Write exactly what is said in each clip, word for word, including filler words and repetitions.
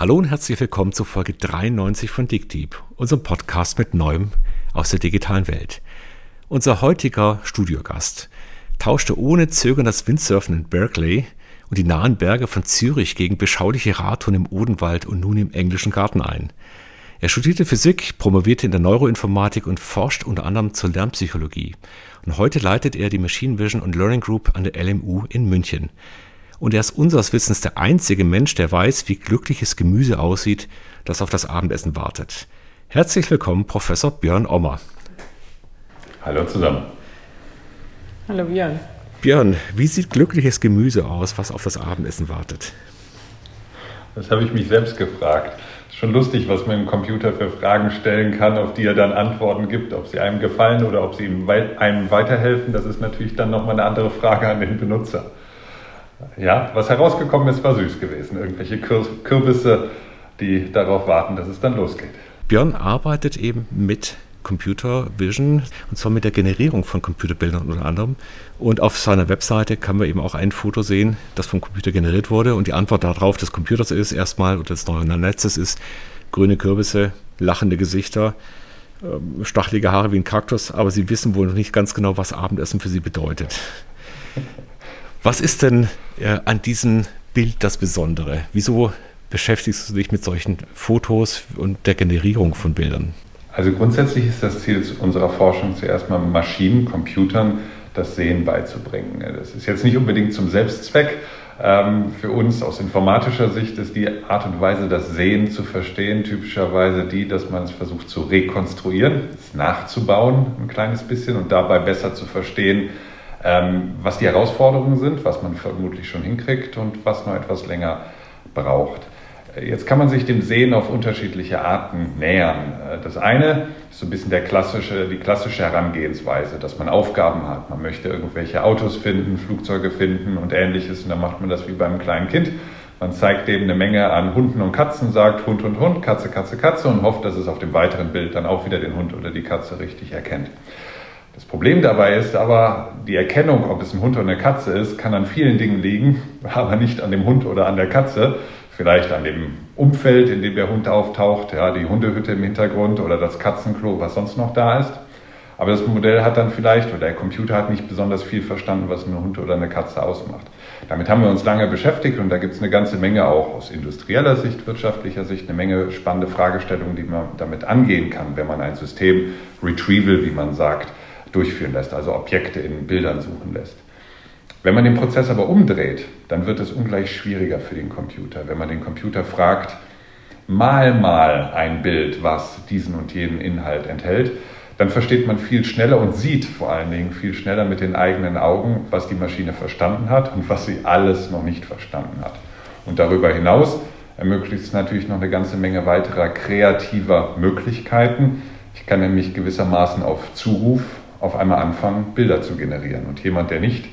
Hallo und herzlich willkommen zu Folge dreiundneunzig von DigDeep, unserem Podcast mit Neuem aus der digitalen Welt. Unser heutiger Studiogast tauschte ohne Zögern das Windsurfen in Berkeley und die nahen Berge von Zürich gegen beschauliche Radtouren im Odenwald und nun im englischen Garten ein. Er studierte Physik, promovierte in der Neuroinformatik und forscht unter anderem zur Lernpsychologie. Und heute leitet er die Machine Vision und Learning Group an der L M U in München. Und er ist unseres Wissens der einzige Mensch, der weiß, wie glückliches Gemüse aussieht, das auf das Abendessen wartet. Herzlich willkommen, Professor Björn Ommer. Hallo zusammen. Hallo Björn. Björn, wie sieht glückliches Gemüse aus, was auf das Abendessen wartet? Das habe ich mich selbst gefragt. Es ist schon lustig, was man im Computer für Fragen stellen kann, auf die er dann Antworten gibt. Ob sie einem gefallen oder ob sie einem weiterhelfen, das ist natürlich dann nochmal eine andere Frage an den Benutzer. Ja, was herausgekommen ist, war süß gewesen. Irgendwelche Kürbisse, die darauf warten, dass es dann losgeht. Björn arbeitet eben mit Computer Vision und zwar mit der Generierung von Computerbildern unter anderem. Und auf seiner Webseite kann man eben auch ein Foto sehen, das vom Computer generiert wurde. Und die Antwort darauf des Computers ist erstmal, oder des neuronalen Netzes ist, grüne Kürbisse, lachende Gesichter, stachelige Haare wie ein Kaktus. Aber sie wissen wohl noch nicht ganz genau, was Abendessen für sie bedeutet. Was ist denn äh, an diesem Bild das Besondere? Wieso beschäftigst du dich mit solchen Fotos und der Generierung von Bildern? Also grundsätzlich ist das Ziel unserer Forschung zuerst mal Maschinen, Computern, das Sehen beizubringen. Das ist jetzt nicht unbedingt zum Selbstzweck. Ähm, für uns aus informatischer Sicht ist die Art und Weise, das Sehen zu verstehen, typischerweise die, dass man es versucht zu rekonstruieren, es nachzubauen ein kleines bisschen und dabei besser zu verstehen, Ähm, was die Herausforderungen sind, was man vermutlich schon hinkriegt und was noch etwas länger braucht. Jetzt kann man sich dem Sehen auf unterschiedliche Arten nähern. Das eine ist so ein bisschen der klassische, die klassische Herangehensweise, dass man Aufgaben hat. Man möchte irgendwelche Autos finden, Flugzeuge finden und Ähnliches und dann macht man das wie beim kleinen Kind. Man zeigt eben eine Menge an Hunden und Katzen, sagt Hund und Hund, Katze, Katze, Katze und hofft, dass es auf dem weiteren Bild dann auch wieder den Hund oder die Katze richtig erkennt. Das Problem dabei ist aber, die Erkennung, ob es ein Hund oder eine Katze ist, kann an vielen Dingen liegen, aber nicht an dem Hund oder an der Katze. Vielleicht an dem Umfeld, in dem der Hund auftaucht, ja, die Hundehütte im Hintergrund oder das Katzenklo, was sonst noch da ist. Aber das Modell hat dann vielleicht, oder der Computer hat nicht besonders viel verstanden, was ein Hund oder eine Katze ausmacht. Damit haben wir uns lange beschäftigt und da gibt es eine ganze Menge auch aus industrieller Sicht, wirtschaftlicher Sicht, eine Menge spannende Fragestellungen, die man damit angehen kann, wenn man ein System Retrieval, wie man sagt, durchführen lässt, also Objekte in Bildern suchen lässt. Wenn man den Prozess aber umdreht, dann wird es ungleich schwieriger für den Computer. Wenn man den Computer fragt, mal mal ein Bild, was diesen und jenen Inhalt enthält, dann versteht man viel schneller und sieht vor allen Dingen viel schneller mit den eigenen Augen, was die Maschine verstanden hat und was sie alles noch nicht verstanden hat. Und darüber hinaus ermöglicht es natürlich noch eine ganze Menge weiterer kreativer Möglichkeiten. Ich kann nämlich gewissermaßen auf Zuruf auf einmal anfangen, Bilder zu generieren. Und jemand, der nicht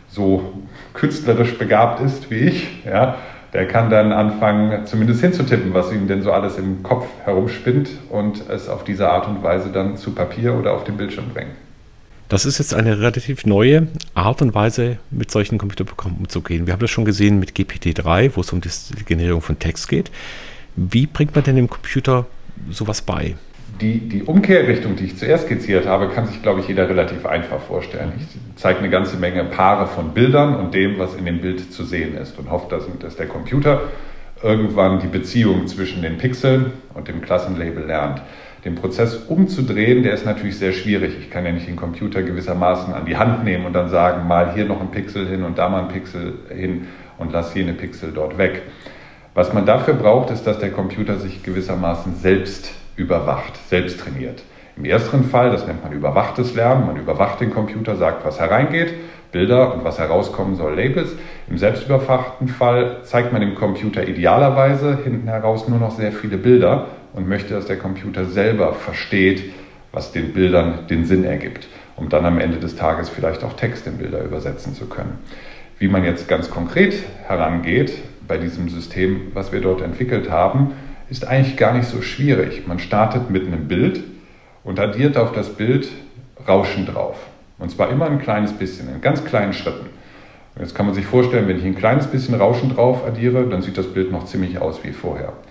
so künstlerisch begabt ist wie ich, ja, der kann dann anfangen, zumindest hinzutippen, was ihm denn so alles im Kopf herumspinnt und es auf diese Art und Weise dann zu Papier oder auf den Bildschirm bringen. Das ist jetzt eine relativ neue Art und Weise, mit solchen Computerprogrammen umzugehen. Wir haben das schon gesehen mit G P T drei, wo es um die Generierung von Text geht. Wie bringt man denn dem Computer sowas bei? Die, die Umkehrrichtung, die ich zuerst skizziert habe, kann sich, glaube ich, jeder relativ einfach vorstellen. Ich zeige eine ganze Menge Paare von Bildern und dem, was in dem Bild zu sehen ist und hoffe, dass, dass der Computer irgendwann die Beziehung zwischen den Pixeln und dem Klassenlabel lernt. Den Prozess umzudrehen, der ist natürlich sehr schwierig. Ich kann ja nicht den Computer gewissermaßen an die Hand nehmen und dann sagen, mal hier noch ein Pixel hin und da mal ein Pixel hin und lass jene Pixel dort weg. Was man dafür braucht, ist, dass der Computer sich gewissermaßen selbst überwacht, selbst trainiert. Im ersten Fall, das nennt man überwachtes Lernen, man überwacht den Computer, sagt, was hereingeht, Bilder und was herauskommen soll, Labels. Im selbstüberwachten Fall zeigt man dem Computer idealerweise hinten heraus nur noch sehr viele Bilder und möchte, dass der Computer selber versteht, was den Bildern den Sinn ergibt, um dann am Ende des Tages vielleicht auch Text in Bilder übersetzen zu können. Wie man jetzt ganz konkret herangeht bei diesem System, was wir dort entwickelt haben, ist eigentlich gar nicht so schwierig. Man startet mit einem Bild und addiert auf das Bild Rauschen drauf. Und zwar immer ein kleines bisschen, in ganz kleinen Schritten. Und jetzt kann man sich vorstellen, wenn ich ein kleines bisschen Rauschen drauf addiere, dann sieht das Bild noch ziemlich aus wie vorher.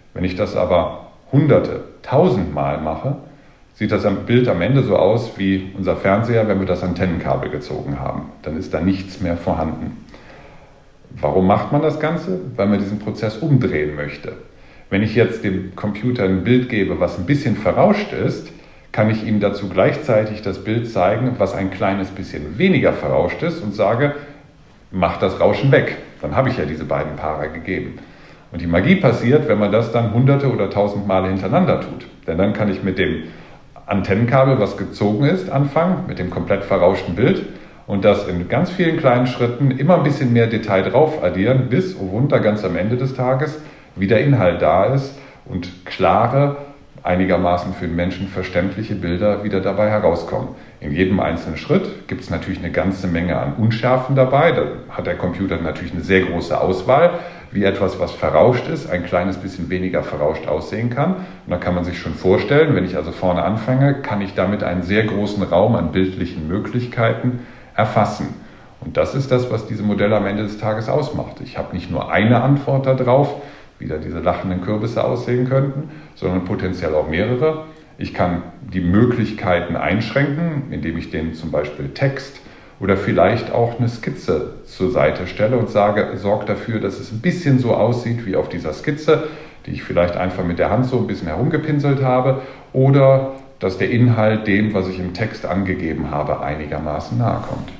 Wenn ich das aber hunderte, tausendmal mache, sieht das Bild am Ende so aus wie unser Fernseher, wenn wir das Antennenkabel gezogen haben. Dann ist da nichts mehr vorhanden. Warum macht man das Ganze? Weil man diesen Prozess umdrehen möchte. Wenn ich jetzt dem Computer ein Bild gebe, was ein bisschen verrauscht ist, kann ich ihm dazu gleichzeitig das Bild zeigen, was ein kleines bisschen weniger verrauscht ist und sage, mach das Rauschen weg. Dann habe ich ja diese beiden Paare gegeben. Und die Magie passiert, wenn man das dann hunderte oder tausend Male hintereinander tut. Denn dann kann ich mit dem Antennenkabel, was gezogen ist, anfangen, mit dem komplett verrauschten Bild und das in ganz vielen kleinen Schritten immer ein bisschen mehr Detail drauf addieren, bis, oh Wunder, ganz am Ende des Tages wieder Inhalt da ist und klare, einigermaßen für den Menschen verständliche Bilder wieder dabei herauskommen. In jedem einzelnen Schritt gibt es natürlich eine ganze Menge an Unschärfen dabei. Da hat der Computer natürlich eine sehr große Auswahl, wie etwas, was verrauscht ist, ein kleines bisschen weniger verrauscht aussehen kann. Und da kann man sich schon vorstellen, wenn ich also vorne anfange, kann ich damit einen sehr großen Raum an bildlichen Möglichkeiten erfassen. Und das ist das, was diese Modelle am Ende des Tages ausmacht. Ich habe nicht nur eine Antwort darauf, wie da diese lachenden Kürbisse aussehen könnten, sondern potenziell auch mehrere. Ich kann die Möglichkeiten einschränken, indem ich denen zum Beispiel Text oder vielleicht auch eine Skizze zur Seite stelle und sage, sorge dafür, dass es ein bisschen so aussieht wie auf dieser Skizze, die ich vielleicht einfach mit der Hand so ein bisschen herumgepinselt habe, oder dass der Inhalt dem, was ich im Text angegeben habe, einigermaßen nahe kommt.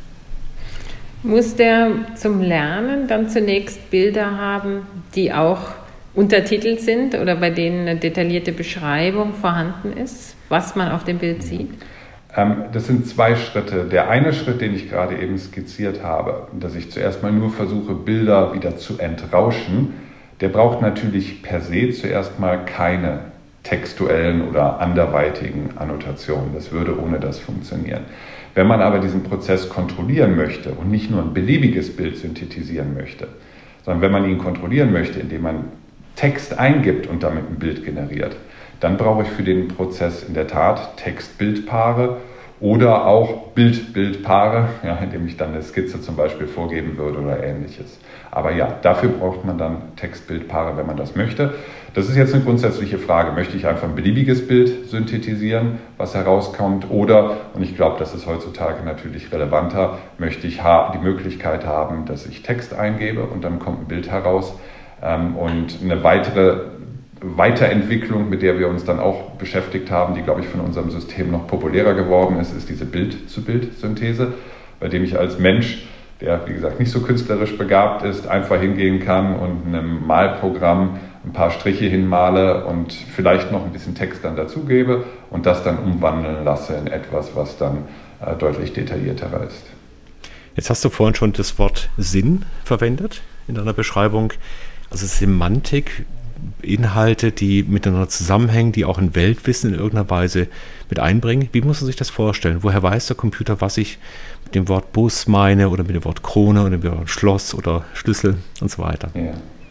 Muss der zum Lernen dann zunächst Bilder haben, die auch untertitelt sind oder bei denen eine detaillierte Beschreibung vorhanden ist, was man auf dem Bild sieht? Das sind zwei Schritte. Der eine Schritt, den ich gerade eben skizziert habe, dass ich zuerst mal nur versuche, Bilder wieder zu entrauschen, der braucht natürlich per se zuerst mal keine textuellen oder anderweitigen Annotationen. Das würde ohne das funktionieren. Wenn man aber diesen Prozess kontrollieren möchte und nicht nur ein beliebiges Bild synthetisieren möchte, sondern wenn man ihn kontrollieren möchte, indem man Text eingibt und damit ein Bild generiert, dann brauche ich für den Prozess in der Tat Text-Bild-Paare oder auch Bild-Bild-Paare, ja, indem ich dann eine Skizze zum Beispiel vorgeben würde oder ähnliches. Aber ja, dafür braucht man dann Text-Bild-Paare, wenn man das möchte. Das ist jetzt eine grundsätzliche Frage. Möchte ich einfach ein beliebiges Bild synthetisieren, was herauskommt? Oder, und ich glaube, das ist heutzutage natürlich relevanter, möchte ich die Möglichkeit haben, dass ich Text eingebe und dann kommt ein Bild heraus. Und eine weitere Weiterentwicklung, mit der wir uns dann auch beschäftigt haben, die, glaube ich, von unserem System noch populärer geworden ist, ist diese Bild-zu-Bild-Synthese, bei dem ich als Mensch, der, wie gesagt, nicht so künstlerisch begabt ist, einfach hingehen kann und einem Malprogramm ein paar Striche hinmale und vielleicht noch ein bisschen Text dann dazugebe und das dann umwandeln lasse in etwas, was dann äh, deutlich detaillierter ist. Jetzt hast du vorhin schon das Wort Sinn verwendet in deiner Beschreibung. Also Semantik, Inhalte, die miteinander zusammenhängen, die auch ein Weltwissen in irgendeiner Weise mit einbringen. Wie muss man sich das vorstellen? Woher weiß der Computer, was ich mit dem Wort Bus meine oder mit dem Wort Krone oder mit dem Wort Schloss oder Schlüssel und so weiter? Ja.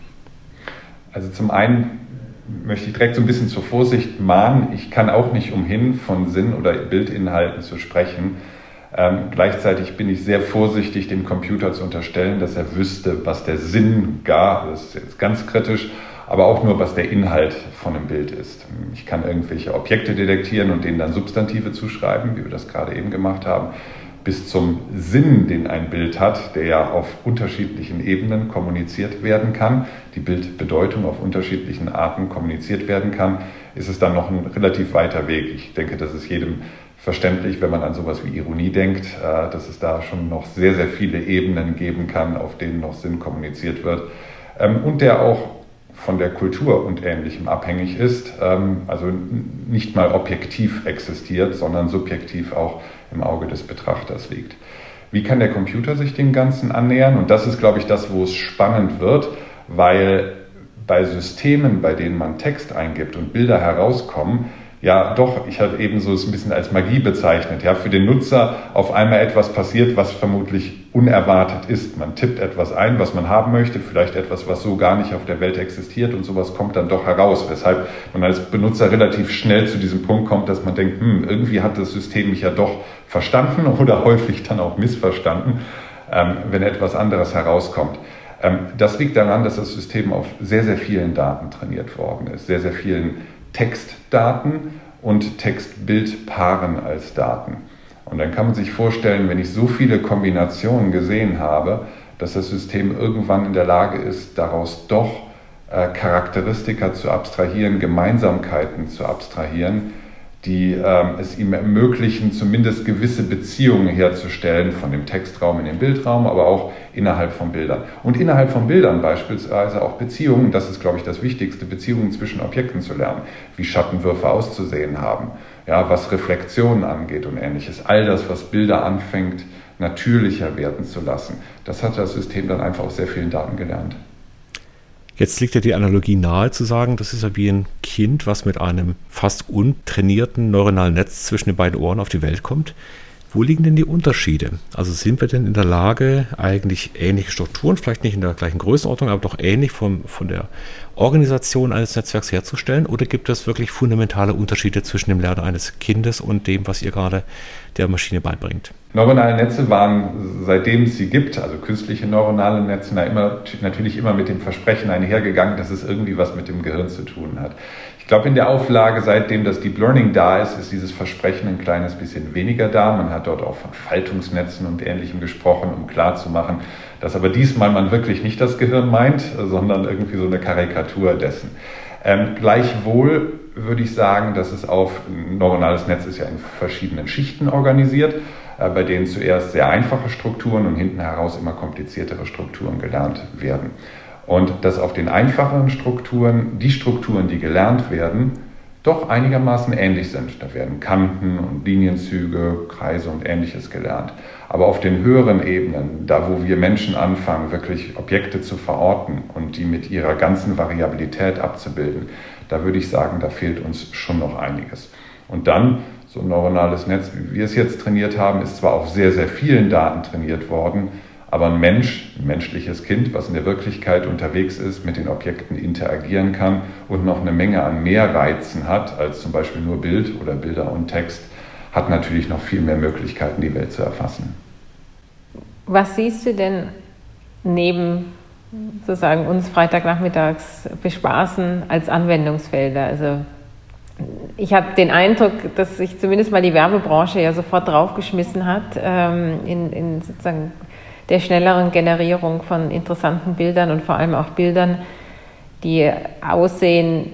Also zum einen möchte ich direkt so ein bisschen zur Vorsicht mahnen. Ich kann auch nicht umhin, von Sinn- oder Bildinhalten zu sprechen. Ähm, gleichzeitig bin ich sehr vorsichtig, dem Computer zu unterstellen, dass er wüsste, was der Sinn gar, das ist jetzt ganz kritisch, aber auch nur, was der Inhalt von einem Bild ist. Ich kann irgendwelche Objekte detektieren und denen dann Substantive zuschreiben, wie wir das gerade eben gemacht haben, bis zum Sinn, den ein Bild hat, der ja auf unterschiedlichen Ebenen kommuniziert werden kann, die Bildbedeutung auf unterschiedlichen Arten kommuniziert werden kann, ist es dann noch ein relativ weiter Weg. Ich denke, das ist jedem verständlich, wenn man an sowas wie Ironie denkt, dass es da schon noch sehr, sehr viele Ebenen geben kann, auf denen noch Sinn kommuniziert wird und der auch von der Kultur und Ähnlichem abhängig ist, also nicht mal objektiv existiert, sondern subjektiv auch im Auge des Betrachters liegt. Wie kann der Computer sich dem Ganzen annähern? Und das ist, glaube ich, das, wo es spannend wird, weil bei Systemen, bei denen man Text eingibt und Bilder herauskommen, ja doch, ich habe eben so es ein bisschen als Magie bezeichnet, ja, für den Nutzer auf einmal etwas passiert, was vermutlich unerwartet ist. Man tippt etwas ein, was man haben möchte, vielleicht etwas, was so gar nicht auf der Welt existiert und sowas kommt dann doch heraus, weshalb man als Benutzer relativ schnell zu diesem Punkt kommt, dass man denkt, hm, irgendwie hat das System mich ja doch verstanden oder häufig dann auch missverstanden, ähm, wenn etwas anderes herauskommt. Das liegt daran, dass das System auf sehr, sehr vielen Daten trainiert worden ist, sehr, sehr vielen Textdaten und Text-Bild-Paaren als Daten. Und dann kann man sich vorstellen, wenn ich so viele Kombinationen gesehen habe, dass das System irgendwann in der Lage ist, daraus doch äh, Charakteristika zu abstrahieren, Gemeinsamkeiten zu abstrahieren, die ähm, es ihm ermöglichen, zumindest gewisse Beziehungen herzustellen von dem Textraum in den Bildraum, aber auch innerhalb von Bildern. Und innerhalb von Bildern beispielsweise auch Beziehungen, das ist, glaube ich, das Wichtigste, Beziehungen zwischen Objekten zu lernen, wie Schattenwürfe auszusehen haben, ja, was Reflexionen angeht und Ähnliches. All das, was Bilder anfängt, natürlicher werden zu lassen, das hat das System dann einfach aus sehr vielen Daten gelernt. Jetzt liegt ja die Analogie nahe zu sagen, das ist ja wie ein Kind, was mit einem fast untrainierten neuronalen Netz zwischen den beiden Ohren auf die Welt kommt. Wo liegen denn die Unterschiede? Also sind wir denn in der Lage, eigentlich ähnliche Strukturen, vielleicht nicht in der gleichen Größenordnung, aber doch ähnlich vom, von der Organisation eines Netzwerks herzustellen? Oder gibt es wirklich fundamentale Unterschiede zwischen dem Lernen eines Kindes und dem, was ihr gerade der Maschine beibringt? Neuronale Netze waren, seitdem es sie gibt, also künstliche neuronale Netze, immer, natürlich immer mit dem Versprechen einhergegangen, dass es irgendwie was mit dem Gehirn zu tun hat. Ich glaube, in der Auflage, seitdem das Deep Learning da ist, ist dieses Versprechen ein kleines bisschen weniger da. Man hat dort auch von Faltungsnetzen und Ähnlichem gesprochen, um klarzumachen, dass aber diesmal man wirklich nicht das Gehirn meint, sondern irgendwie so eine Karikatur dessen. Ähm, gleichwohl würde ich sagen, dass es auf ein neuronales Netz ist ja in verschiedenen Schichten organisiert, äh, bei denen zuerst sehr einfache Strukturen und hinten heraus immer kompliziertere Strukturen gelernt werden. Und dass auf den einfacheren Strukturen die Strukturen, die gelernt werden, doch einigermaßen ähnlich sind. Da werden Kanten und Linienzüge, Kreise und Ähnliches gelernt. Aber auf den höheren Ebenen, da wo wir Menschen anfangen, wirklich Objekte zu verorten und die mit ihrer ganzen Variabilität abzubilden, da würde ich sagen, da fehlt uns schon noch einiges. Und dann, so ein neuronales Netz, wie wir es jetzt trainiert haben, ist zwar auf sehr, sehr vielen Daten trainiert worden, aber ein Mensch, ein menschliches Kind, was in der Wirklichkeit unterwegs ist, mit den Objekten interagieren kann und noch eine Menge an mehr Reizen hat, als zum Beispiel nur Bild oder Bilder und Text, hat natürlich noch viel mehr Möglichkeiten, die Welt zu erfassen. Was siehst du denn neben sozusagen uns Freitagnachmittags bespaßen als Anwendungsfelder? Also ich habe den Eindruck, dass sich zumindest mal die Werbebranche ja sofort draufgeschmissen hat ähm, in, in sozusagen der schnelleren Generierung von interessanten Bildern und vor allem auch Bildern, die aussehen,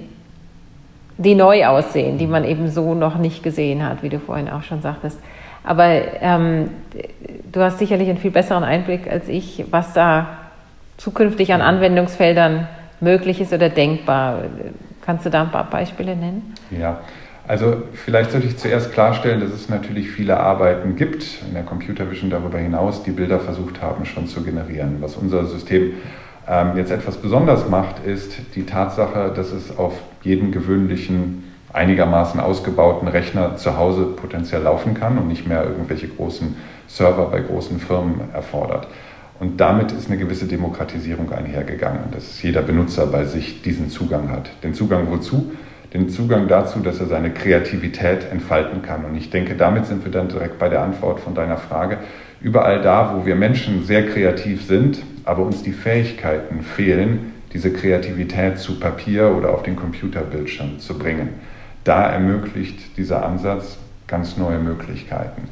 die neu aussehen, die man eben so noch nicht gesehen hat, wie du vorhin auch schon sagtest. Aber ähm, du hast sicherlich einen viel besseren Einblick als ich, was da zukünftig an Anwendungsfeldern möglich ist oder denkbar. Kannst du da ein paar Beispiele nennen? Ja. Also vielleicht sollte ich zuerst klarstellen, dass es natürlich viele Arbeiten gibt in der Computer Vision darüber hinaus, die Bilder versucht haben schon zu generieren. Was unser System ähm, jetzt etwas besonders macht, ist die Tatsache, dass es auf jeden gewöhnlichen, einigermaßen ausgebauten Rechner zu Hause potenziell laufen kann und nicht mehr irgendwelche großen Server bei großen Firmen erfordert. Und damit ist eine gewisse Demokratisierung einhergegangen, dass jeder Benutzer bei sich diesen Zugang hat. Den Zugang wozu? Den Zugang dazu, dass er seine Kreativität entfalten kann. Und ich denke, damit sind wir dann direkt bei der Antwort von deiner Frage. Überall da, wo wir Menschen sehr kreativ sind, aber uns die Fähigkeiten fehlen, diese Kreativität zu Papier oder auf den Computerbildschirm zu bringen, da ermöglicht dieser Ansatz ganz neue Möglichkeiten.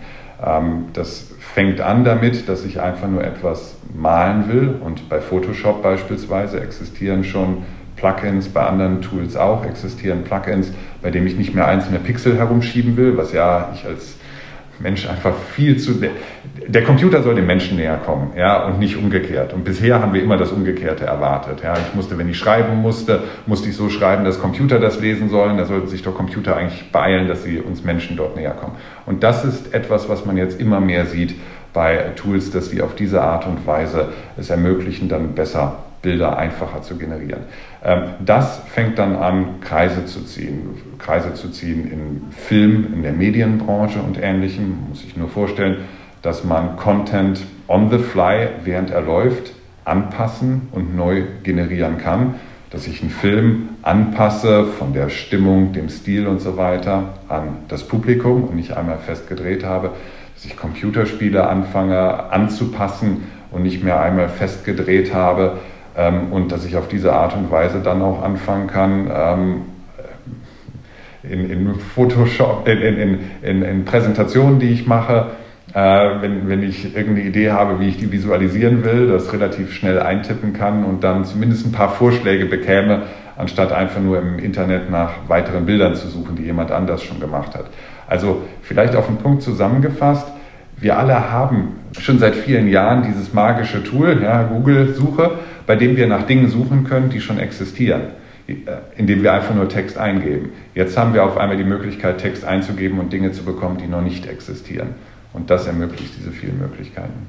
Das fängt an damit, dass ich einfach nur etwas malen will. Und bei Photoshop beispielsweise existieren schon Plugins, bei anderen Tools auch existieren Plugins, bei denen ich nicht mehr einzelne Pixel herumschieben will, was ja ich als Mensch einfach viel zu... Der Computer soll dem Menschen näher kommen, ja, und nicht umgekehrt. Und bisher haben wir immer das Umgekehrte erwartet. Ja. Ich musste, wenn ich schreiben musste, musste ich so schreiben, dass Computer das lesen sollen. Da sollten sich doch Computer eigentlich beeilen, dass sie uns Menschen dort näher kommen. Und das ist etwas, was man jetzt immer mehr sieht bei Tools, dass die auf diese Art und Weise es ermöglichen, dann besser Bilder einfacher zu generieren. Das fängt dann an, Kreise zu ziehen. Kreise zu ziehen in Film, in der Medienbranche und Ähnlichem. Man muss sich nur vorstellen, dass man Content on the fly, während er läuft, anpassen und neu generieren kann. Dass ich einen Film anpasse von der Stimmung, dem Stil und so weiter an das Publikum und nicht einmal fest gedreht habe. Dass ich Computerspiele anfange anzupassen und nicht mehr einmal festgedreht habe ähm, und dass ich auf diese Art und Weise dann auch anfangen kann, ähm, in, in Photoshop, in, in, in, in Präsentationen, die ich mache, äh, wenn, wenn ich irgendeine Idee habe, wie ich die visualisieren will, das relativ schnell eintippen kann und dann zumindest ein paar Vorschläge bekäme, anstatt einfach nur im Internet nach weiteren Bildern zu suchen, die jemand anders schon gemacht hat. Also vielleicht auf den Punkt zusammengefasst, wir alle haben schon seit vielen Jahren dieses magische Tool, ja, Google-Suche, bei dem wir nach Dingen suchen können, die schon existieren, indem wir einfach nur Text eingeben. Jetzt haben wir auf einmal die Möglichkeit, Text einzugeben und Dinge zu bekommen, die noch nicht existieren. Und das ermöglicht diese vielen Möglichkeiten.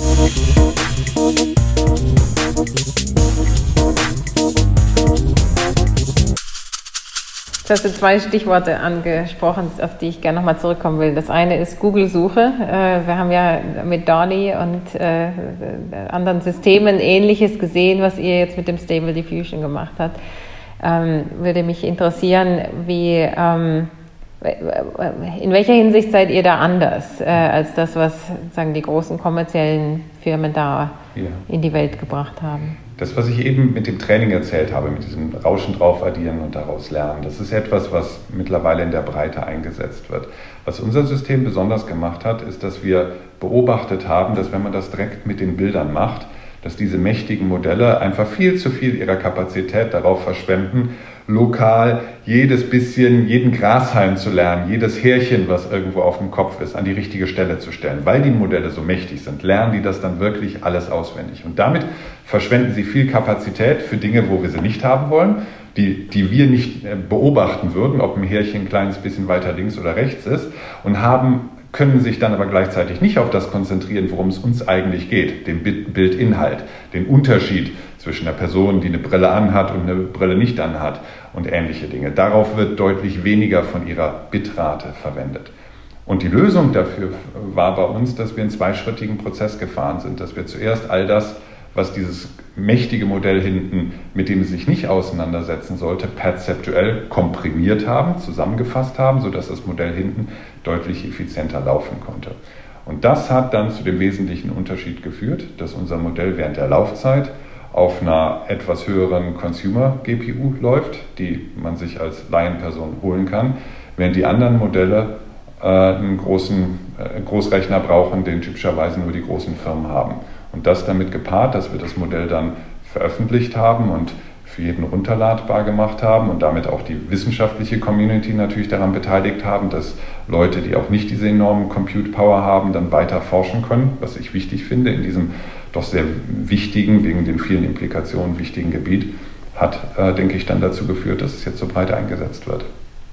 Du hast jetzt zwei Stichworte angesprochen, auf die ich gerne nochmal zurückkommen will. Das eine ist Google-Suche. Wir haben ja mit DALL-E und anderen Systemen Ähnliches gesehen, was ihr jetzt mit dem Stable Diffusion gemacht habt. Würde mich interessieren, wie, in welcher Hinsicht seid ihr da anders als das, was sozusagen die großen kommerziellen Firmen da ja. in die Welt gebracht haben? Das, was ich eben mit dem Training erzählt habe, mit diesem Rauschen drauf addieren und daraus lernen, das ist etwas, was mittlerweile in der Breite eingesetzt wird. Was unser System besonders gemacht hat, ist, dass wir beobachtet haben, dass wenn man das direkt mit den Bildern macht, dass diese mächtigen Modelle einfach viel zu viel ihrer Kapazität darauf verschwenden, lokal jedes bisschen, jeden Grashalm zu lernen, jedes Härchen, was irgendwo auf dem Kopf ist, an die richtige Stelle zu stellen. Weil die Modelle so mächtig sind, lernen die das dann wirklich alles auswendig. Und damit verschwenden sie viel Kapazität für Dinge, wo wir sie nicht haben wollen, die, die wir nicht beobachten würden, ob ein Härchen ein kleines bisschen weiter links oder rechts ist, und haben können sich dann aber gleichzeitig nicht auf das konzentrieren, worum es uns eigentlich geht, den Bildinhalt, den Unterschied zwischen einer Person, die eine Brille anhat und eine Brille nicht anhat und ähnliche Dinge. Darauf wird deutlich weniger von ihrer Bitrate verwendet. Und die Lösung dafür war bei uns, dass wir einen zweischrittigen Prozess gefahren sind, dass wir zuerst all das, was dieses mächtige Modell hinten, mit dem es sich nicht auseinandersetzen sollte, perzeptuell komprimiert haben, zusammengefasst haben, sodass das Modell hinten deutlich effizienter laufen konnte. Und das hat dann zu dem wesentlichen Unterschied geführt, dass unser Modell während der Laufzeit auf einer etwas höheren Consumer-G P U läuft, die man sich als Laienperson holen kann, während die anderen Modelle äh, einen großen äh, Großrechner brauchen, den typischerweise nur die großen Firmen haben. Und das damit gepaart, dass wir das Modell dann veröffentlicht haben und für jeden runterladbar gemacht haben und damit auch die wissenschaftliche Community natürlich daran beteiligt haben, dass Leute, die auch nicht diese enormen Compute Power haben, dann weiter forschen können, was ich wichtig finde in diesem doch sehr wichtigen, wegen den vielen Implikationen wichtigen Gebiet, hat, äh, denke ich, dann dazu geführt, dass es jetzt so breit eingesetzt wird.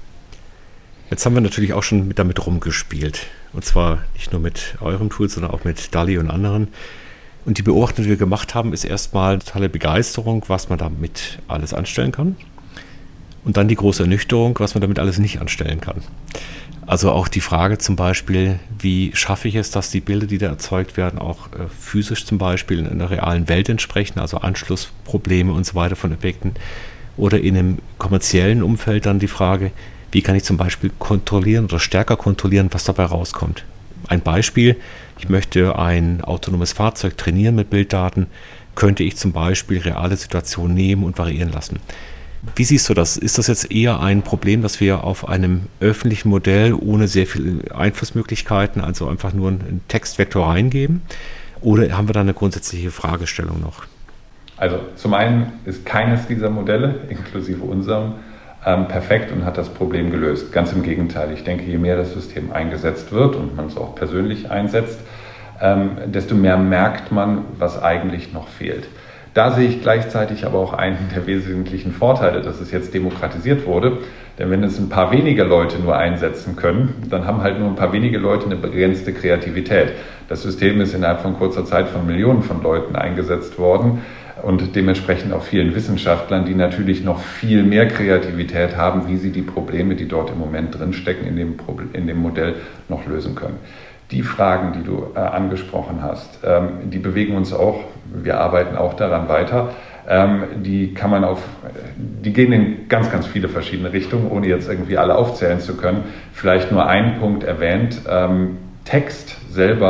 Jetzt haben wir natürlich auch schon mit damit rumgespielt. Und zwar nicht nur mit eurem Tool, sondern auch mit DALL-E und anderen. Und die Beobachtung, die wir gemacht haben, ist erstmal totale Begeisterung, was man damit alles anstellen kann. Und dann die große Ernüchterung, was man damit alles nicht anstellen kann. Also auch die Frage zum Beispiel, wie schaffe ich es, dass die Bilder, die da erzeugt werden, auch äh, physisch zum Beispiel in einer realen Welt entsprechen, also Anschlussprobleme und so weiter von Effekten. Oder in einem kommerziellen Umfeld dann die Frage, wie kann ich zum Beispiel kontrollieren oder stärker kontrollieren, was dabei rauskommt. Ein Beispiel, ich möchte ein autonomes Fahrzeug trainieren mit Bilddaten, könnte ich zum Beispiel reale Situationen nehmen und variieren lassen. Wie siehst du das? Ist das jetzt eher ein Problem, dass wir auf einem öffentlichen Modell ohne sehr viele Einflussmöglichkeiten, also einfach nur einen Textvektor reingeben? Oder haben wir da eine grundsätzliche Fragestellung noch? Also zum einen ist keines dieser Modelle, inklusive unserem, ähm, perfekt und hat das Problem gelöst. Ganz im Gegenteil. Ich denke, je mehr das System eingesetzt wird und man es auch persönlich einsetzt, ähm, desto mehr merkt man, was eigentlich noch fehlt. Da sehe ich gleichzeitig aber auch einen der wesentlichen Vorteile, dass es jetzt demokratisiert wurde. Denn wenn es ein paar wenige Leute nur einsetzen können, dann haben halt nur ein paar wenige Leute eine begrenzte Kreativität. Das System ist innerhalb von kurzer Zeit von Millionen von Leuten eingesetzt worden und dementsprechend auch vielen Wissenschaftlern, die natürlich noch viel mehr Kreativität haben, wie sie die Probleme, die dort im Moment drinstecken, in dem, in dem Modell noch lösen können. Die Fragen, die du äh, angesprochen hast, ähm, die bewegen uns auch. Wir arbeiten auch daran weiter. Ähm, die kann man auf, die gehen in ganz, ganz viele verschiedene Richtungen, ohne jetzt irgendwie alle aufzählen zu können. Vielleicht nur ein Punkt erwähnt. Ähm, Text selber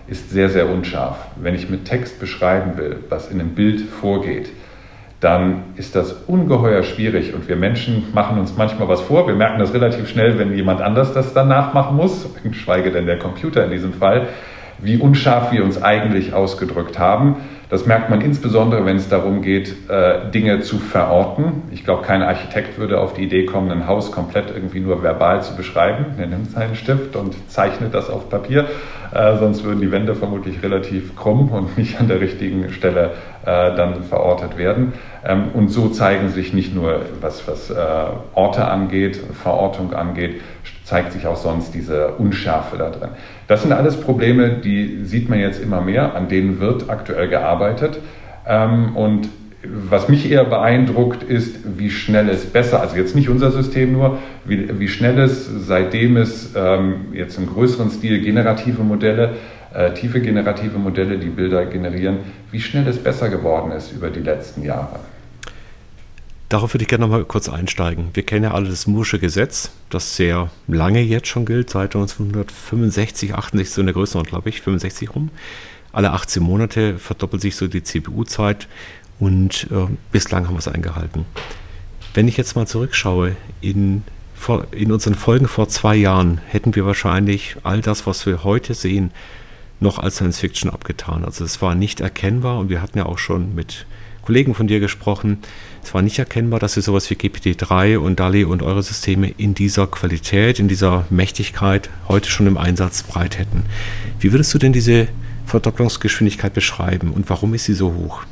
ist sehr, sehr unscharf. Wenn ich mit Text beschreiben will, was in einem Bild vorgeht, dann ist das ungeheuer schwierig und wir Menschen machen uns manchmal was vor. Wir merken das relativ schnell, wenn jemand anders das dann nachmachen muss, geschweige denn der Computer in diesem Fall, wie unscharf wir uns eigentlich ausgedrückt haben. Das merkt man insbesondere, wenn es darum geht, Dinge zu verorten. Ich glaube, kein Architekt würde auf die Idee kommen, ein Haus komplett irgendwie nur verbal zu beschreiben. Er nimmt seinen Stift und zeichnet das auf Papier. Äh, sonst würden die Wände vermutlich relativ krumm und nicht an der richtigen Stelle äh, dann verortet werden. Ähm, und so zeigen sich nicht nur, was, was äh, Orte angeht, Verortung angeht, zeigt sich auch sonst diese Unschärfe da drin. Das sind alles Probleme, die sieht man jetzt immer mehr, an denen wird aktuell gearbeitet. Ähm, und was mich eher beeindruckt ist, wie schnell es besser, also jetzt nicht unser System nur, wie, wie schnell es, seitdem es ähm, jetzt im größeren Stil generative Modelle, äh, tiefe generative Modelle, die Bilder generieren, wie schnell es besser geworden ist über die letzten Jahre. Darauf würde ich gerne noch mal kurz einsteigen. Wir kennen ja alle das Moore'sche Gesetz, das sehr lange jetzt schon gilt, seit neunzehnhundertfünfundsechzig, achtundsiebzig, so in der Größenordnung, glaube ich, fünfundsechzig rum. Alle achtzehn Monate verdoppelt sich so die C P U-Zeit. Und äh, bislang haben wir es eingehalten. Wenn ich jetzt mal zurückschaue, in, vor, in unseren Folgen vor zwei Jahren hätten wir wahrscheinlich all das, was wir heute sehen, noch als Science Fiction abgetan. Also es war nicht erkennbar und wir hatten ja auch schon mit Kollegen von dir gesprochen, es war nicht erkennbar, dass wir sowas wie G P T drei und DALL-E und eure Systeme in dieser Qualität, in dieser Mächtigkeit heute schon im Einsatz breit hätten. Wie würdest du denn diese Verdopplungsgeschwindigkeit beschreiben und warum ist sie so hoch?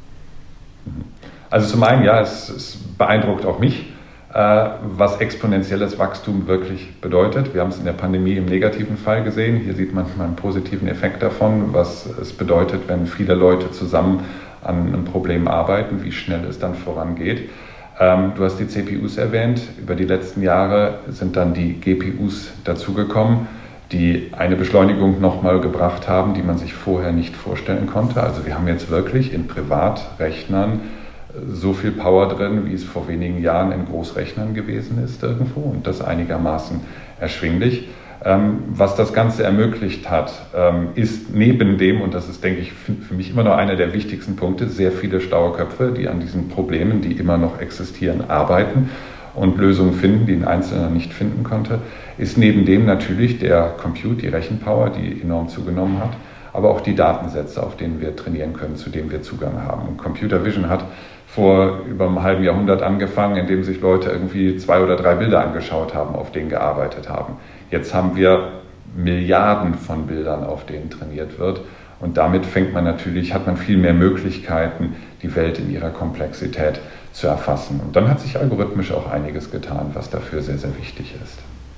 Also zum einen, ja, es, es beeindruckt auch mich, äh, was exponentielles Wachstum wirklich bedeutet. Wir haben es in der Pandemie im negativen Fall gesehen. Hier sieht man mal einen positiven Effekt davon, was es bedeutet, wenn viele Leute zusammen an einem Problem arbeiten, wie schnell es dann vorangeht. Ähm, du hast die C P Us erwähnt. Über die letzten Jahre sind dann die G P Us dazugekommen, die eine Beschleunigung nochmal gebracht haben, die man sich vorher nicht vorstellen konnte. Also wir haben jetzt wirklich in Privatrechnern so viel Power drin, wie es vor wenigen Jahren in Großrechnern gewesen ist irgendwo und das einigermaßen erschwinglich. Ähm, was das Ganze ermöglicht hat, ähm, ist neben dem, und das ist, denke ich, für mich immer noch einer der wichtigsten Punkte, sehr viele schlaue Köpfe, die an diesen Problemen, die immer noch existieren, arbeiten und Lösungen finden, die ein Einzelner nicht finden konnte, ist neben dem natürlich der Compute, die Rechenpower, die enorm zugenommen hat, aber auch die Datensätze, auf denen wir trainieren können, zu denen wir Zugang haben. Und Computer Vision hat vor über einem halben Jahrhundert angefangen, indem sich Leute irgendwie zwei oder drei Bilder angeschaut haben, auf denen gearbeitet haben. Jetzt haben wir Milliarden von Bildern, auf denen trainiert wird. Und damit fängt man natürlich, hat man viel mehr Möglichkeiten, die Welt in ihrer Komplexität zu erfassen. Und dann hat sich algorithmisch auch einiges getan, was dafür sehr, sehr wichtig ist.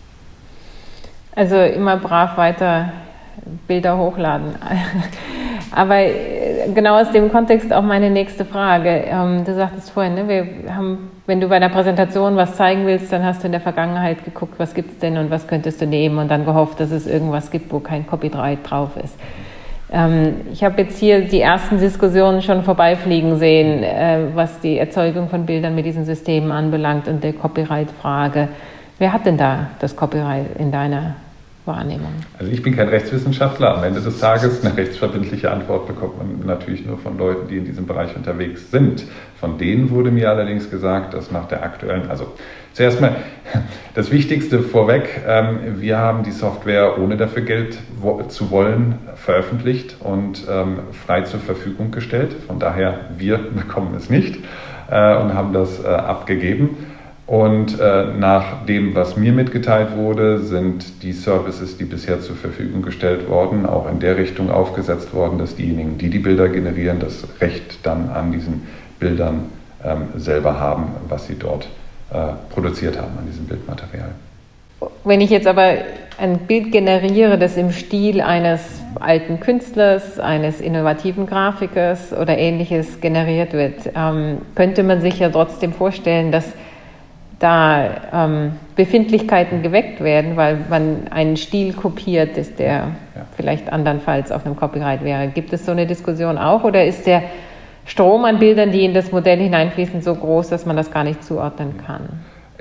Also immer brav weiter Bilder hochladen. Aber genau aus dem Kontext auch meine nächste Frage. Du sagtest vorhin, ne, wir haben, wenn du bei einer Präsentation was zeigen willst, dann hast du in der Vergangenheit geguckt, was gibt es denn und was könntest du nehmen und dann gehofft, dass es irgendwas gibt, wo kein Copyright drauf ist. Ich habe jetzt hier die ersten Diskussionen schon vorbeifliegen sehen, was die Erzeugung von Bildern mit diesen Systemen anbelangt und der Copyright-Frage. Wer hat denn da das Copyright in deiner Wahrnehmung? Also ich bin kein Rechtswissenschaftler. Am Ende des Tages eine rechtsverbindliche Antwort bekommt man natürlich nur von Leuten, die in diesem Bereich unterwegs sind. Von denen wurde mir allerdings gesagt, dass nach der aktuellen, also zuerst mal das Wichtigste vorweg, wir haben die Software, ohne dafür Geld zu wollen, veröffentlicht und frei zur Verfügung gestellt. Von daher, wir bekommen es nicht und haben das abgegeben. Und äh, nach dem, was mir mitgeteilt wurde, sind die Services, die bisher zur Verfügung gestellt wurden, auch in der Richtung aufgesetzt worden, dass diejenigen, die die Bilder generieren, das Recht dann an diesen Bildern ähm, selber haben, was sie dort äh, produziert haben, an diesem Bildmaterial. Wenn ich jetzt aber ein Bild generiere, das im Stil eines alten Künstlers, eines innovativen Grafikers oder Ähnliches generiert wird, ähm, könnte man sich ja trotzdem vorstellen, dass da ähm, Befindlichkeiten geweckt werden, weil man einen Stil kopiert, ist, der ja. vielleicht andernfalls auf einem Copyright wäre. Gibt es so eine Diskussion auch oder ist der Strom an Bildern, die in das Modell hineinfließen, so groß, dass man das gar nicht zuordnen kann?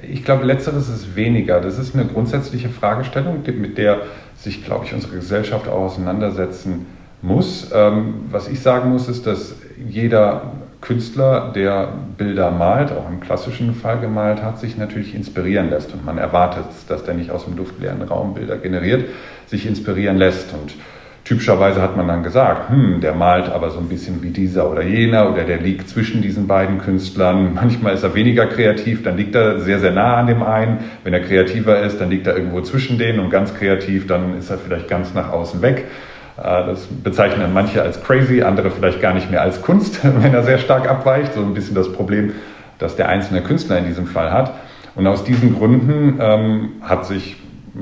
Ich glaube, letzteres ist weniger. Das ist eine grundsätzliche Fragestellung, mit der sich, glaube ich, unsere Gesellschaft auch auseinandersetzen muss. Ähm, was ich sagen muss, ist, dass jeder Künstler, der Bilder malt, auch im klassischen Fall gemalt hat, sich natürlich inspirieren lässt. Und man erwartet, dass der nicht aus dem luftleeren Raum Bilder generiert, sich inspirieren lässt. Und typischerweise hat man dann gesagt, hm, der malt aber so ein bisschen wie dieser oder jener oder der liegt zwischen diesen beiden Künstlern. Manchmal ist er weniger kreativ, dann liegt er sehr, sehr nah an dem einen. Wenn er kreativer ist, dann liegt er irgendwo zwischen denen und ganz kreativ, dann ist er vielleicht ganz nach außen weg. Das bezeichnen manche als crazy, andere vielleicht gar nicht mehr als Kunst, wenn er sehr stark abweicht. So ein bisschen das Problem, das der einzelne Künstler in diesem Fall hat. Und aus diesen Gründen ähm, hat sich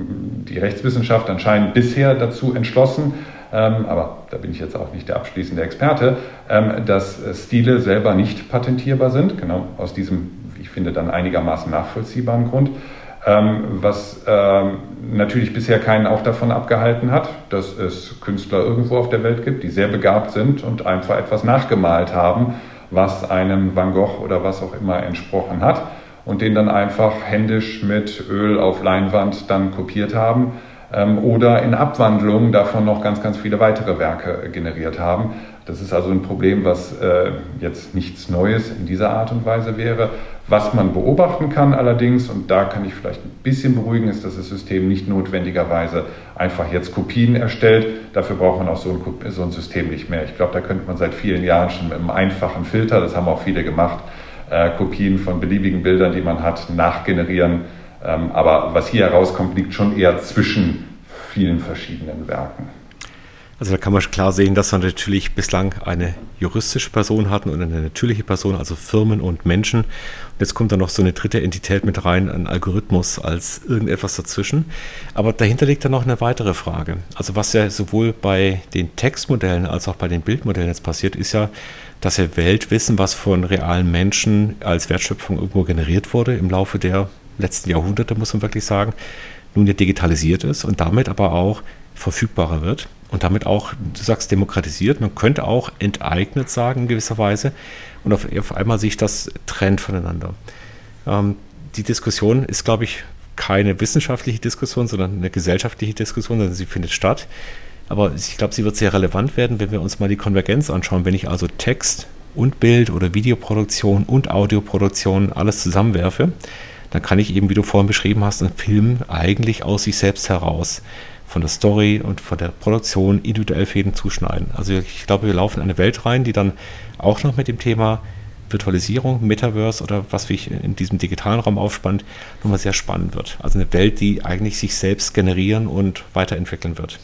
die Rechtswissenschaft anscheinend bisher dazu entschlossen, ähm, aber da bin ich jetzt auch nicht der abschließende Experte, ähm, dass Stile selber nicht patentierbar sind, genau aus diesem, wie ich finde, dann einigermaßen nachvollziehbaren Grund, ähm, was ähm, natürlich bisher keinen auch davon abgehalten hat, dass es Künstler irgendwo auf der Welt gibt, die sehr begabt sind und einfach etwas nachgemalt haben, was einem Van Gogh oder was auch immer entsprochen hat, und den dann einfach händisch mit Öl auf Leinwand dann kopiert haben ähm, oder in Abwandlung davon noch ganz, ganz viele weitere Werke generiert haben. Das ist also ein Problem, was äh, jetzt nichts Neues in dieser Art und Weise wäre. Was man beobachten kann allerdings, und da kann ich vielleicht ein bisschen beruhigen, ist, dass das System nicht notwendigerweise einfach jetzt Kopien erstellt. Dafür braucht man auch so ein, so ein System nicht mehr. Ich glaube, da könnte man seit vielen Jahren schon mit einem einfachen Filter, das haben auch viele gemacht, Äh, Kopien von beliebigen Bildern, die man hat, nachgenerieren. Ähm, aber was hier herauskommt, liegt schon eher zwischen vielen verschiedenen Werken. Also da kann man klar sehen, dass wir natürlich bislang eine juristische Person hatten und eine natürliche Person, also Firmen und Menschen. Und jetzt kommt da noch so eine dritte Entität mit rein, ein Algorithmus als irgendetwas dazwischen. Aber dahinter liegt dann noch eine weitere Frage. Also was ja sowohl bei den Textmodellen als auch bei den Bildmodellen jetzt passiert, ist ja, dass ja Weltwissen, was von realen Menschen als Wertschöpfung irgendwo generiert wurde im Laufe der letzten Jahrhunderte, muss man wirklich sagen, nun ja digitalisiert ist und damit aber auch verfügbarer wird und damit auch, du sagst, demokratisiert. Man könnte auch enteignet sagen in gewisser Weise, und auf, auf einmal sich das trennt voneinander. Ähm, die Diskussion ist, glaube ich, keine wissenschaftliche Diskussion, sondern eine gesellschaftliche Diskussion, denn sie findet statt. Aber ich glaube, sie wird sehr relevant werden, wenn wir uns mal die Konvergenz anschauen. Wenn ich also Text und Bild oder Videoproduktion und Audioproduktion alles zusammenwerfe, dann kann ich eben, wie du vorhin beschrieben hast, einen Film eigentlich aus sich selbst heraus von der Story und von der Produktion individuell Fäden zuschneiden. Also ich glaube, wir laufen in eine Welt rein, die dann auch noch mit dem Thema Virtualisierung, Metaverse oder was sich in diesem digitalen Raum aufspannt, nochmal sehr spannend wird. Also eine Welt, die eigentlich sich selbst generieren und weiterentwickeln wird.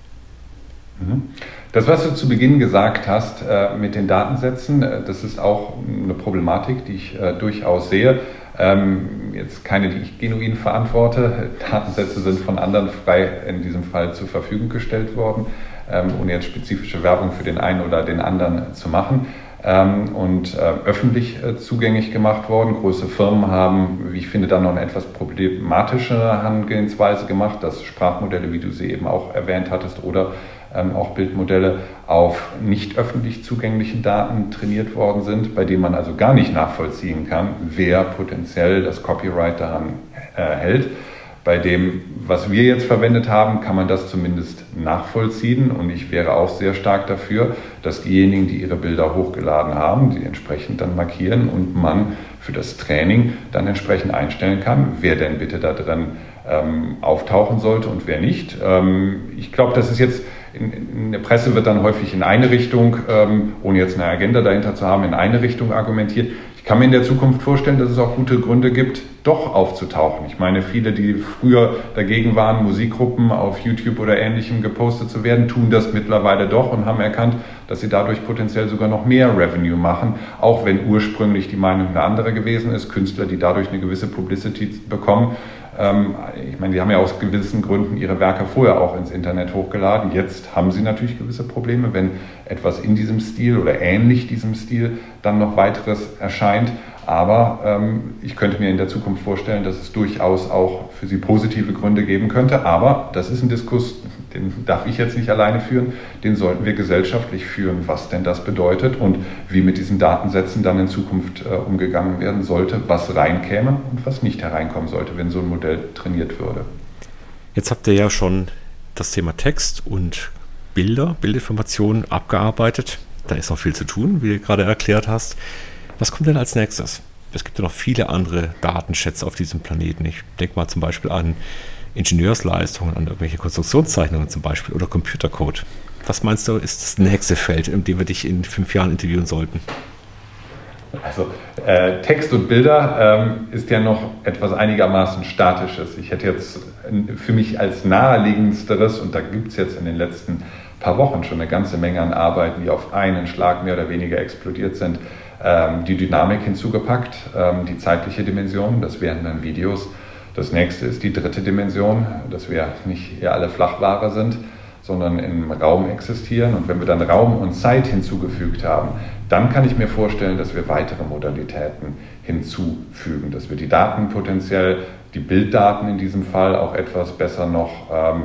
Das, was du zu Beginn gesagt hast äh, mit den Datensätzen, äh, das ist auch eine Problematik, die ich äh, durchaus sehe. Ähm, jetzt keine, die ich genuin verantworte. Datensätze sind von anderen frei in diesem Fall zur Verfügung gestellt worden, ähm, ohne jetzt spezifische Werbung für den einen oder den anderen zu machen. Ähm, und äh, öffentlich äh, zugänglich gemacht worden. Große Firmen haben, wie ich finde, dann noch eine etwas problematische Herangehensweise gemacht, dass Sprachmodelle, wie du sie eben auch erwähnt hattest, oder ähm, auch Bildmodelle auf nicht öffentlich zugänglichen Daten trainiert worden sind, bei denen man also gar nicht nachvollziehen kann, wer potenziell das Copyright daran äh, hält. Bei dem, was wir jetzt verwendet haben, kann man das zumindest nachvollziehen, und ich wäre auch sehr stark dafür, dass diejenigen, die ihre Bilder hochgeladen haben, die entsprechend dann markieren und man für das Training dann entsprechend einstellen kann, wer denn bitte da drin ähm, auftauchen sollte und wer nicht. Ähm, ich glaube, das ist jetzt, in, in der Presse wird dann häufig in eine Richtung, ähm, ohne jetzt eine Agenda dahinter zu haben, in eine Richtung argumentiert. Ich kann mir in der Zukunft vorstellen, dass es auch gute Gründe gibt, doch aufzutauchen. Ich meine, viele, die früher dagegen waren, Musikgruppen auf YouTube oder Ähnlichem gepostet zu werden, tun das mittlerweile doch und haben erkannt, dass sie dadurch potenziell sogar noch mehr Revenue machen, auch wenn ursprünglich die Meinung eine andere gewesen ist. Künstler, die dadurch eine gewisse Publicity bekommen. Ähm, ich meine, die haben ja aus gewissen Gründen ihre Werke vorher auch ins Internet hochgeladen. Jetzt haben sie natürlich gewisse Probleme, wenn etwas in diesem Stil oder ähnlich diesem Stil dann noch weiteres erscheint. Aber ähm, ich könnte mir in der Zukunft vorstellen, dass es durchaus auch für sie positive Gründe geben könnte. Aber das ist ein Diskurs, den darf ich jetzt nicht alleine führen, den sollten wir gesellschaftlich führen, was denn das bedeutet und wie mit diesen Datensätzen dann in Zukunft äh, umgegangen werden sollte, was reinkäme und was nicht hereinkommen sollte, wenn so ein Modell trainiert würde. Jetzt habt ihr ja schon das Thema Text und Bilder, Bildinformationen abgearbeitet. Da ist noch viel zu tun, wie du gerade erklärt hast. Was kommt denn als nächstes? Es gibt ja noch viele andere Datenschätze auf diesem Planeten. Ich denke mal zum Beispiel an Ingenieursleistungen, an irgendwelche Konstruktionszeichnungen zum Beispiel oder Computercode. Was meinst du, ist das nächste Feld, in dem wir dich in fünf Jahren interviewen sollten? Also äh, Text und Bilder ähm, ist ja noch etwas einigermaßen Statisches. Ich hätte jetzt für mich als naheliegendsteres, und da gibt es jetzt in den letzten paar Wochen schon eine ganze Menge an Arbeiten, die auf einen Schlag mehr oder weniger explodiert sind, ähm, die Dynamik hinzugepackt, ähm, die zeitliche Dimension, das wären dann Videos. Das nächste ist die dritte Dimension, dass wir nicht eher alle Flachware sind, sondern im Raum existieren. Und wenn wir dann Raum und Zeit hinzugefügt haben, dann kann ich mir vorstellen, dass wir weitere Modalitäten hinzufügen, dass wir die Daten potenziell, die Bilddaten in diesem Fall auch etwas besser noch ähm,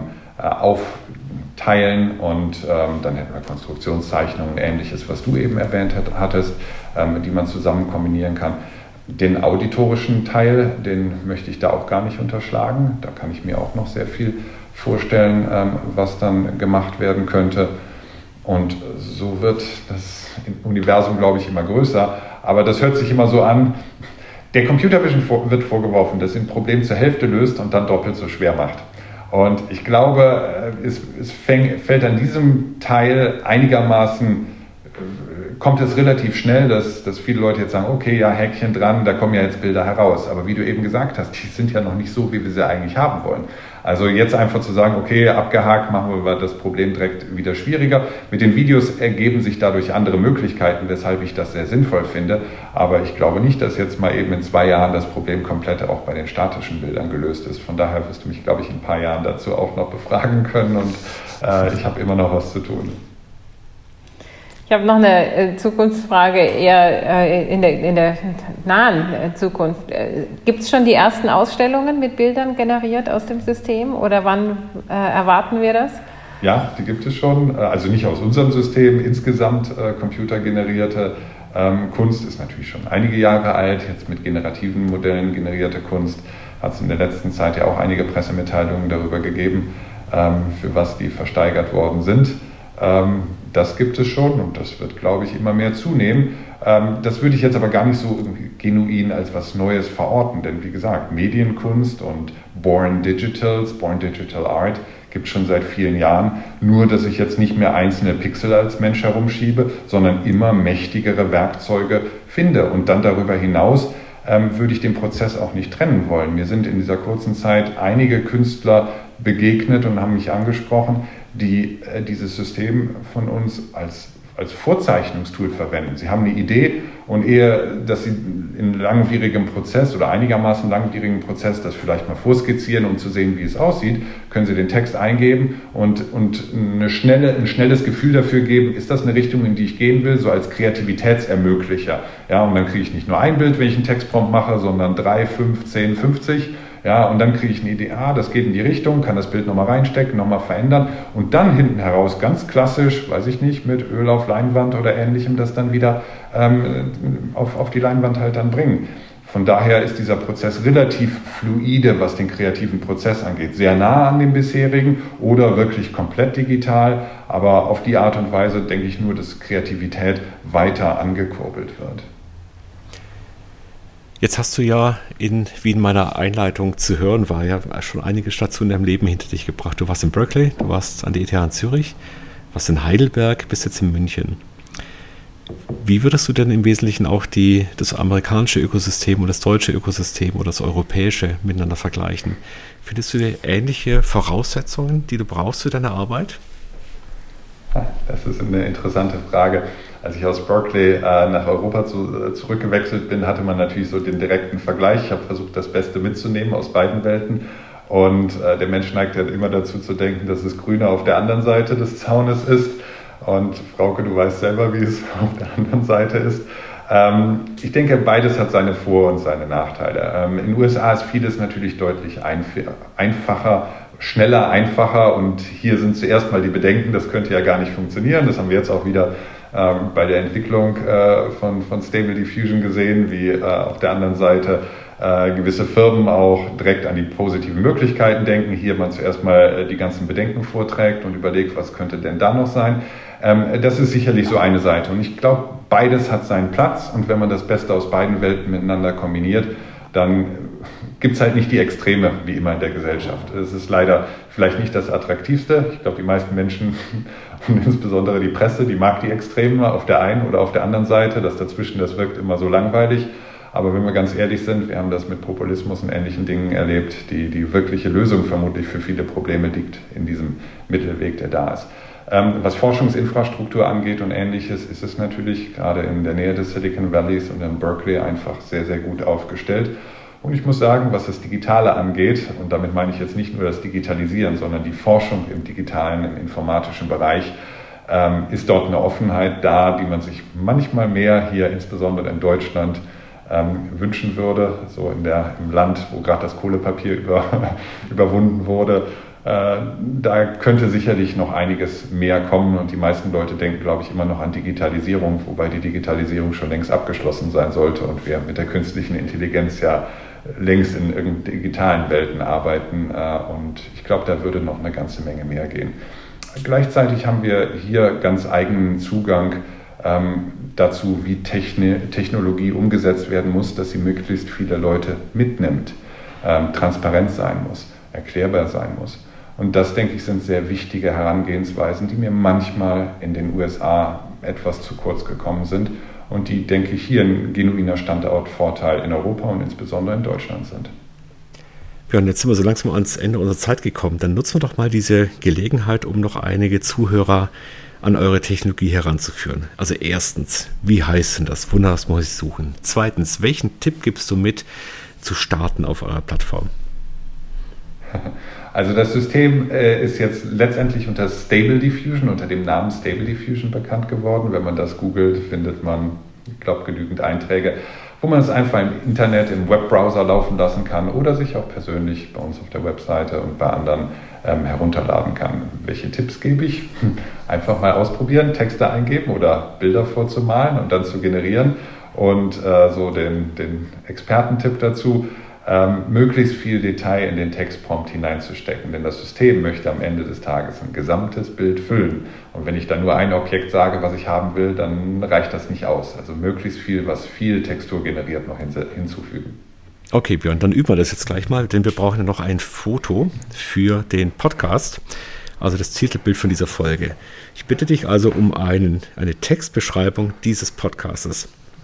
aufteilen und ähm, dann hätten wir Konstruktionszeichnungen, Ähnliches, was du eben erwähnt hattest, ähm, die man zusammen kombinieren kann. Den auditorischen Teil, den möchte ich da auch gar nicht unterschlagen. Da kann ich mir auch noch sehr viel vorstellen, was dann gemacht werden könnte. Und so wird das Universum, glaube ich, immer größer. Aber das hört sich immer so an, der Computer Vision wird vorgeworfen, dass er ein Problem zur Hälfte löst und dann doppelt so schwer macht. Und ich glaube, es, es fäng, fällt an diesem Teil einigermaßen, kommt es relativ schnell, dass, dass viele Leute jetzt sagen, okay, ja, Häkchen dran, da kommen ja jetzt Bilder heraus. Aber wie du eben gesagt hast, die sind ja noch nicht so, wie wir sie eigentlich haben wollen. Also jetzt einfach zu sagen, okay, abgehakt, machen wir das Problem direkt wieder schwieriger. Mit den Videos ergeben sich dadurch andere Möglichkeiten, weshalb ich das sehr sinnvoll finde. Aber ich glaube nicht, dass jetzt mal eben in zwei Jahren das Problem komplett auch bei den statischen Bildern gelöst ist. Von daher wirst du mich, glaube ich, in ein paar Jahren dazu auch noch befragen können und äh, ich habe immer noch was zu tun. Ich habe noch eine äh, Zukunftsfrage eher äh, in, der, in der nahen äh, Zukunft. Äh, Gibt es schon die ersten Ausstellungen mit Bildern generiert aus dem System oder wann äh, erwarten wir das? Ja, die gibt es schon. Also nicht aus unserem System. Insgesamt äh, computergenerierte ähm, Kunst ist natürlich schon einige Jahre alt. Jetzt mit generativen Modellen generierte Kunst hat es in der letzten Zeit ja auch einige Pressemitteilungen darüber gegeben, ähm, für was die versteigert worden sind. Ähm, das gibt es schon und das wird, glaube ich, immer mehr zunehmen. Ähm, das würde ich jetzt aber gar nicht so genuin als was Neues verorten, denn wie gesagt, Medienkunst und Born Digitals, Born Digital Art gibt es schon seit vielen Jahren. Nur, dass ich jetzt nicht mehr einzelne Pixel als Mensch herumschiebe, sondern immer mächtigere Werkzeuge finde. Und dann darüber hinaus ähm, würde ich den Prozess auch nicht trennen wollen. Mir sind in dieser kurzen Zeit einige Künstler begegnet und haben mich angesprochen, die äh, dieses System von uns als, als Vorzeichnungstool verwenden. Sie haben eine Idee und ehe, dass Sie in langwierigem Prozess oder einigermaßen langwierigem Prozess das vielleicht mal vorskizzieren, um zu sehen, wie es aussieht, können Sie den Text eingeben und, und eine schnelle, ein schnelles Gefühl dafür geben, ist das eine Richtung, in die ich gehen will, so als Kreativitätsermöglicher. Ja, und dann kriege ich nicht nur ein Bild, wenn ich einen Textprompt mache, sondern drei, fünf, zehn, fünfzig. Ja, und dann kriege ich eine Idee, ah, das geht in die Richtung, kann das Bild nochmal reinstecken, nochmal verändern und dann hinten heraus ganz klassisch, weiß ich nicht, mit Öl auf Leinwand oder Ähnlichem, das dann wieder ähm, auf, auf die Leinwand halt dann bringen. Von daher ist dieser Prozess relativ fluide, was den kreativen Prozess angeht. Sehr nah an dem bisherigen oder wirklich komplett digital, aber auf die Art und Weise denke ich nur, dass Kreativität weiter angekurbelt wird. Jetzt hast du ja, in, wie in meiner Einleitung zu hören war, ja schon einige Stationen in deinem Leben hinter dich gebracht. Du warst in Berkeley, du warst an der E T H in Zürich, warst in Heidelberg, bist jetzt in München. Wie würdest du denn im Wesentlichen auch die, das amerikanische Ökosystem und das deutsche Ökosystem oder das europäische miteinander vergleichen? Findest du ähnliche Voraussetzungen, die du brauchst für deine Arbeit? Das ist eine interessante Frage. Als ich aus Berkeley äh, nach Europa zu, äh, zurückgewechselt bin, hatte man natürlich so den direkten Vergleich. Ich habe versucht, das Beste mitzunehmen aus beiden Welten. Und äh, der Mensch neigt ja immer dazu zu denken, dass es grüner auf der anderen Seite des Zaunes ist. Und Frauke, du weißt selber, wie es auf der anderen Seite ist. Ähm, ich denke, beides hat seine Vor- und seine Nachteile. Ähm, in den U S A ist vieles natürlich deutlich einf- einfacher, schneller, einfacher und hier sind zuerst mal die Bedenken, das könnte ja gar nicht funktionieren. Das haben wir jetzt auch wieder ähm, bei der Entwicklung äh, von, von Stable Diffusion gesehen, wie äh, auf der anderen Seite äh, gewisse Firmen auch direkt an die positiven Möglichkeiten denken. Hier man zuerst mal äh, die ganzen Bedenken vorträgt und überlegt, was könnte denn da noch sein. Ähm, das ist sicherlich so eine Seite und ich glaube, beides hat seinen Platz und wenn man das Beste aus beiden Welten miteinander kombiniert, dann gibt es halt nicht die Extreme wie immer in der Gesellschaft. Es ist leider vielleicht nicht das Attraktivste. Ich glaube, die meisten Menschen und insbesondere die Presse, die mag die Extreme auf der einen oder auf der anderen Seite. Das dazwischen, das wirkt immer so langweilig. Aber wenn wir ganz ehrlich sind, wir haben das mit Populismus und ähnlichen Dingen erlebt, die, die wirkliche Lösung vermutlich für viele Probleme liegt in diesem Mittelweg, der da ist. Ähm, was Forschungsinfrastruktur angeht und Ähnliches, ist es natürlich gerade in der Nähe des Silicon Valleys und in Berkeley einfach sehr, sehr gut aufgestellt. Und ich muss sagen, was das Digitale angeht, und damit meine ich jetzt nicht nur das Digitalisieren, sondern die Forschung im digitalen, im informatischen Bereich, ähm, ist dort eine Offenheit da, die man sich manchmal mehr hier, insbesondere in Deutschland, ähm, wünschen würde. So in der, im Land, wo gerade das Kohlepapier über, überwunden wurde. Äh, da könnte sicherlich noch einiges mehr kommen und die meisten Leute denken, glaube ich, immer noch an Digitalisierung, wobei die Digitalisierung schon längst abgeschlossen sein sollte und wir mit der künstlichen Intelligenz ja längst in irgendeinen digitalen Welten arbeiten und ich glaube, da würde noch eine ganze Menge mehr gehen. Gleichzeitig haben wir hier ganz eigenen Zugang ähm, dazu, wie Techni- Technologie umgesetzt werden muss, dass sie möglichst viele Leute mitnimmt, ähm, transparent sein muss, erklärbar sein muss. Und das, denke ich, sind sehr wichtige Herangehensweisen, die mir manchmal in den U S A etwas zu kurz gekommen sind und die, denke ich, hier ein genuiner Standortvorteil in Europa und insbesondere in Deutschland sind. Björn, jetzt sind wir so langsam ans Ende unserer Zeit gekommen. Dann nutzen wir doch mal diese Gelegenheit, um noch einige Zuhörer an eure Technologie heranzuführen. Also erstens, wie heißt denn das? Wonach muss ich suchen? Zweitens, welchen Tipp gibst du mit, zu starten auf eurer Plattform? Also das System äh, ist jetzt letztendlich unter Stable Diffusion, unter dem Namen Stable Diffusion bekannt geworden. Wenn man das googelt, findet man, ich glaube, genügend Einträge, wo man es einfach im Internet, im Webbrowser laufen lassen kann oder sich auch persönlich bei uns auf der Webseite und bei anderen ähm, herunterladen kann. Welche Tipps gebe ich? Einfach mal ausprobieren, Texte eingeben oder Bilder vorzumalen und dann zu generieren. Und äh, so den, den Expertentipp dazu, Ähm, möglichst viel Detail in den Textprompt hineinzustecken, denn das System möchte am Ende des Tages ein gesamtes Bild füllen. Und wenn ich dann nur ein Objekt sage, was ich haben will, dann reicht das nicht aus. Also möglichst viel, was viel Textur generiert, noch hin- hinzufügen. Okay, Björn, dann üben wir das jetzt gleich mal, denn wir brauchen ja noch ein Foto für den Podcast, also das Titelbild von dieser Folge. Ich bitte dich also um einen, eine Textbeschreibung dieses Podcastes.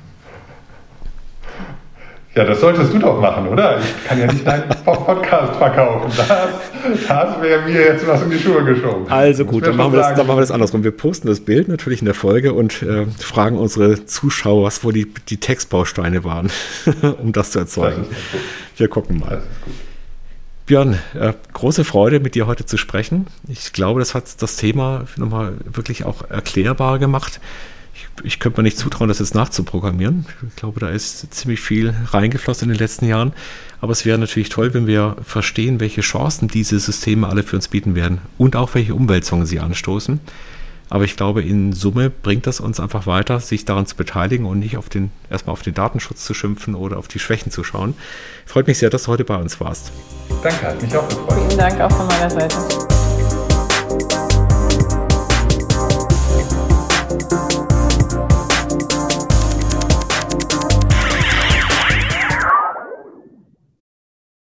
Ja, das solltest du doch machen, oder? Ich kann ja nicht deinen Podcast verkaufen. Das, das wäre mir jetzt was in die Schuhe geschoben. Also gut, dann machen, wir das, dann machen wir das andersrum. Wir posten das Bild natürlich in der Folge und äh, fragen unsere Zuschauer, was wohl die, die Textbausteine waren, um das zu erzeugen. Das ist gut. Wir gucken mal. Das ist gut. Björn, äh, große Freude, mit dir heute zu sprechen. Ich glaube, das hat das Thema nochmal wirklich auch erklärbar gemacht. Ich, ich könnte mir nicht zutrauen, das jetzt nachzuprogrammieren. Ich glaube, da ist ziemlich viel reingeflossen in den letzten Jahren. Aber es wäre natürlich toll, wenn wir verstehen, welche Chancen diese Systeme alle für uns bieten werden und auch welche Umwälzungen sie anstoßen. Aber ich glaube, in Summe bringt das uns einfach weiter, sich daran zu beteiligen und nicht auf den, erstmal auf den Datenschutz zu schimpfen oder auf die Schwächen zu schauen. Freut mich sehr, dass du heute bei uns warst. Danke, hat mich auch gefreut. Vielen Dank auch von meiner Seite.